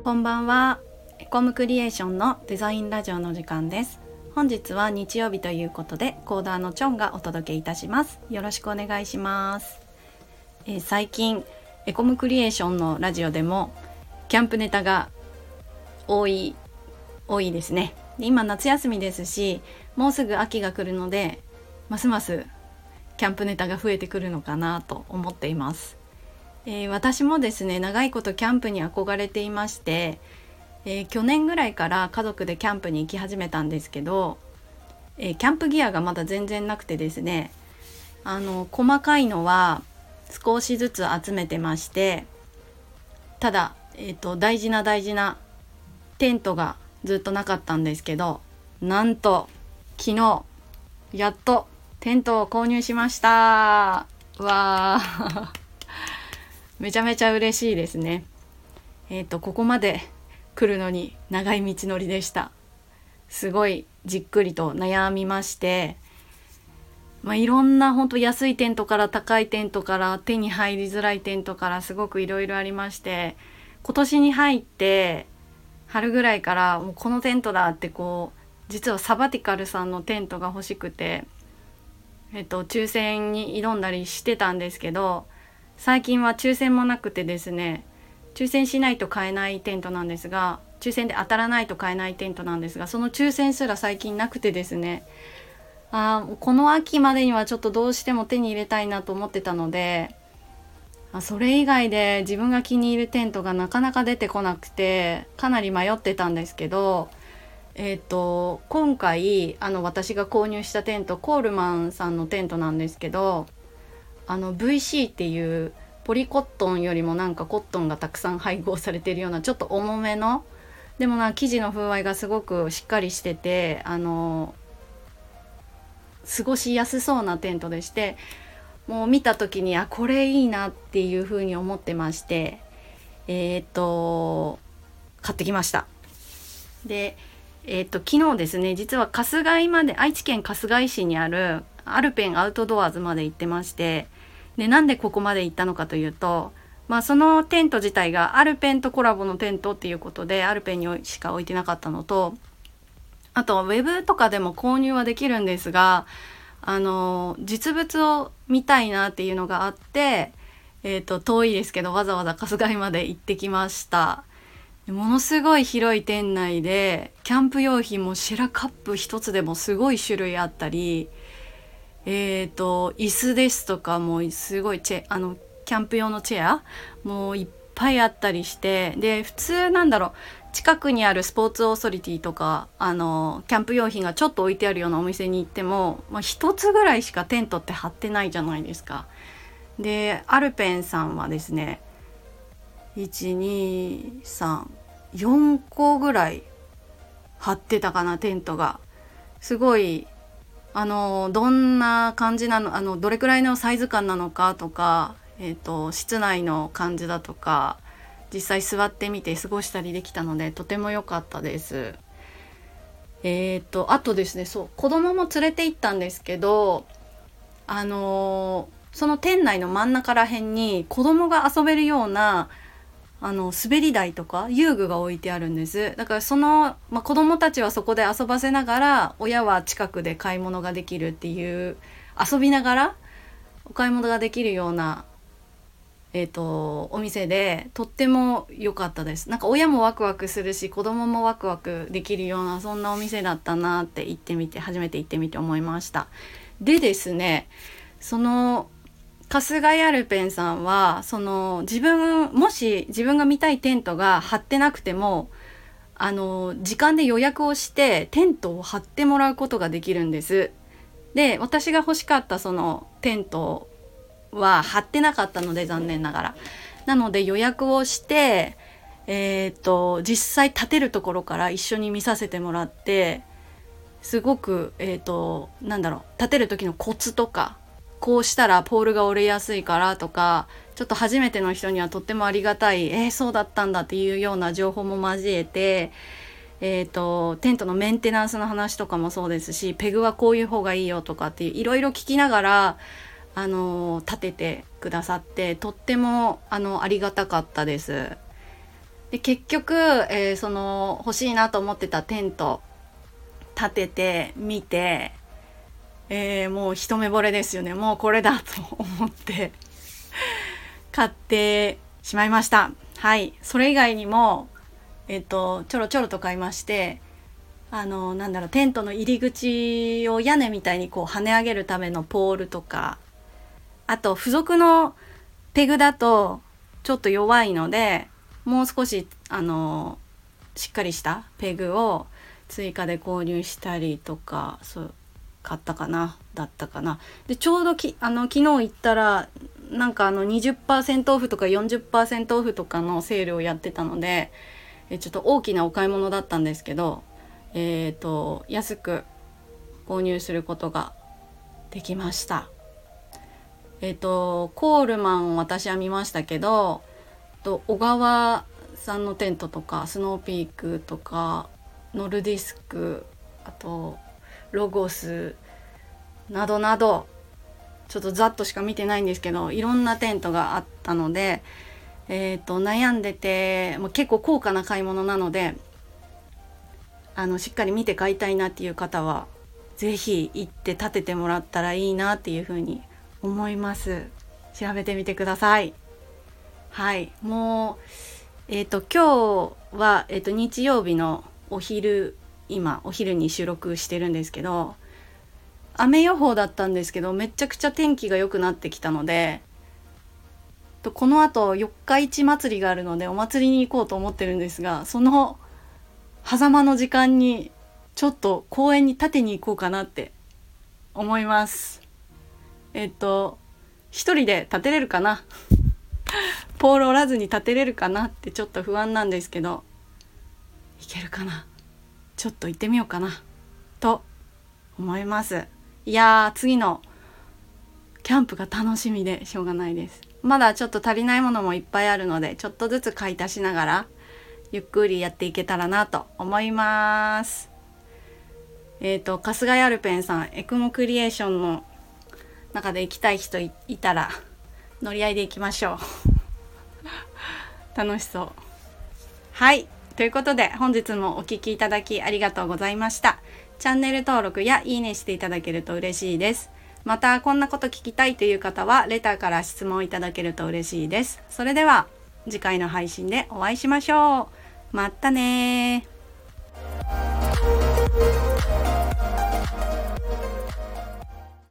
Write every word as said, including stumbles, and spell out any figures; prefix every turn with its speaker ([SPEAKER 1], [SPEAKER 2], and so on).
[SPEAKER 1] こんばんは。エコムクリエーションのデザインラジオの時間です。本日は日曜日ということでコーダーのチョンがお届けいたします。よろしくお願いします。えー、最近エコムクリエーションのラジオでもキャンプネタが多い多いですね。で今夏休みですし、もうすぐ秋が来るのでますますキャンプネタが増えてくるのかなと思っています。えー、私もですね長いことキャンプに憧れていまして、えー、去年ぐらいから家族でキャンプに行き始めたんですけど、えー、キャンプギアがまだ全然なくてですね、あの細かいのは少しずつ集めてまして、ただ、えーと、大事な大事なテントがずっとなかったんですけど、なんと昨日やっとテントを購入しました。わーめちゃめちゃ嬉しいですね。えっとここまで来るのに長い道のりでした。すごいじっくりと悩みまして、まあ、いろんな本当安いテントから高いテントから手に入りづらいテントからすごくいろいろありまして、今年に入って春ぐらいからもうこのテントだってこう実はサバティカルさんのテントが欲しくて、えっと抽選に挑んだりしてたんですけど、最近は抽選もなくてですね、抽選しないと買えないテントなんですが、抽選で当たらないと買えないテントなんですが、その抽選すら最近なくてですね、あこの秋までにはちょっとどうしても手に入れたいなと思ってたので、あそれ以外で自分が気に入るテントがなかなか出てこなくてかなり迷ってたんですけど、えーと今回あの私が購入したテント、コールマンさんのテントなんですけど、あの ブイシー っていうポリコットンよりもなんかコットンがたくさん配合されているようなちょっと重めの、でもな生地の風合いがすごくしっかりしてて、あの過ごしやすそうなテントでして、もう見た時にあこれいいなっていう風に思ってまして、えー、っと買ってきました。でえー、っと昨日ですね、実は春日井まで、愛知県春日井市にあるアルペンアウトドアーズまで行ってまして、でなんでここまで行ったのかというと、まあ、そのテント自体がアルペンとコラボのテントっていうことでアルペンにしか置いてなかったのと、あとウェブとかでも購入はできるんですが、あの実物を見たいなっていうのがあって、えーと、遠いですけどわざわざ春日井まで行ってきました。ものすごい広い店内でキャンプ用品もシェラカップ一つでもすごい種類あったり、えーと椅子ですとかもすごいチェあのキャンプ用のチェアもういっぱいあったりして、で普通なんだろう、近くにあるスポーツオーソリティとかあのキャンプ用品がちょっと置いてあるようなお店に行っても、まあ、一つぐらいしかテントって張ってないじゃないですか。でアルペンさんはですねいちにさんよんこぐらい張ってたかな、テントが。すごいあのどんな感じなの、あのどれくらいのサイズ感なのかとか、えーと、室内の感じだとか実際座ってみて過ごしたりできたのでとても良かったです。えーとあとですね、そう子供も連れて行ったんですけど、あのー、その店内の真ん中ら辺に子供が遊べるようなあの滑り台とか遊具が置いてあるんです。だからその、まあ、子どもたちはそこで遊ばせながら親は近くで買い物ができるっていう、遊びながらお買い物ができるような、えーと、お店でとっても良かったです。なんか親もワクワクするし子どももワクワクできるようなそんなお店だったなって行ってみて初めて行ってみて思いました。でですね、その春日井アルペンさんはその自分もし自分が見たいテントが張ってなくてもあの時間で予約をしてテントを張ってもらうことができるんです。で私が欲しかったそのテントは張ってなかったので残念ながら、なので予約をしてえー、と実際立てるところから一緒に見させてもらって、すごくえー、となんだろう、立てる時のコツとかこうしたらポールが折れやすいからとか、ちょっと初めての人にはとってもありがたい、えー、そうだったんだっていうような情報も交えて、えーと、テントのメンテナンスの話とかもそうですし、ペグはこういう方がいいよとかっていろいろ聞きながら、あの立ててくださってとってもあのありがたかったです。 で結局、えー、その欲しいなと思ってたテント立ててみて、えー、もう一目惚れですよね。もうこれだと思って買ってしまいました。はい。それ以外にもえっとちょろちょろと買いまして、あのなんだろう、テントの入り口を屋根みたいにこう跳ね上げるためのポールとか、あと付属のペグだとちょっと弱いので、もう少しあのしっかりしたペグを追加で購入したりとか、そう買ったかなだったかな。でちょうどきあの昨日行ったらなんかあの にじゅっパーセント オフとか よんじゅっパーセント オフとかのセールをやってたので、えちょっと大きなお買い物だったんですけど、えーと安く購入することができました。えっとコールマン私は見ましたけど、と小川さんのテントとかスノーピークとかノルディスク、あとロゴスなどなど、ちょっとざっとしか見てないんですけど、いろんなテントがあったので、えーと悩んでて、もう結構高価な買い物なので、あのしっかり見て買いたいなっていう方はぜひ行って立ててもらったらいいなっていうふうに思います。調べてみてください。はい、もうえっ、ー、と今日は、えー、と日曜日のお昼、今お昼に収録してるんですけど、雨予報だったんですけど、めちゃくちゃ天気が良くなってきたので、とこの後四日市祭りがあるのでお祭りに行こうと思ってるんですが、その狭間の時間にちょっと公園に立てに行こうかなって思います。えっと一人で立てれるかなポール折らずに立てれるかなってちょっと不安なんですけど、いけるかな、ちょっと行ってみようかなと思います。いやー、次のキャンプが楽しみでしょうがないです。まだちょっと足りないものもいっぱいあるので、ちょっとずつ買い足しながらゆっくりやっていけたらなと思います。えっと春日アルペンさん、エクモクリエーションの中で行きたい人 い, いたら乗り合いで行きましょう楽しそう。はい、ということで本日もお聞きいただきありがとうございました。チャンネル登録やいいねしていただけると嬉しいです。またこんなこと聞きたいという方はレターから質問いただけると嬉しいです。それでは次回の配信でお会いしましょう。またねー。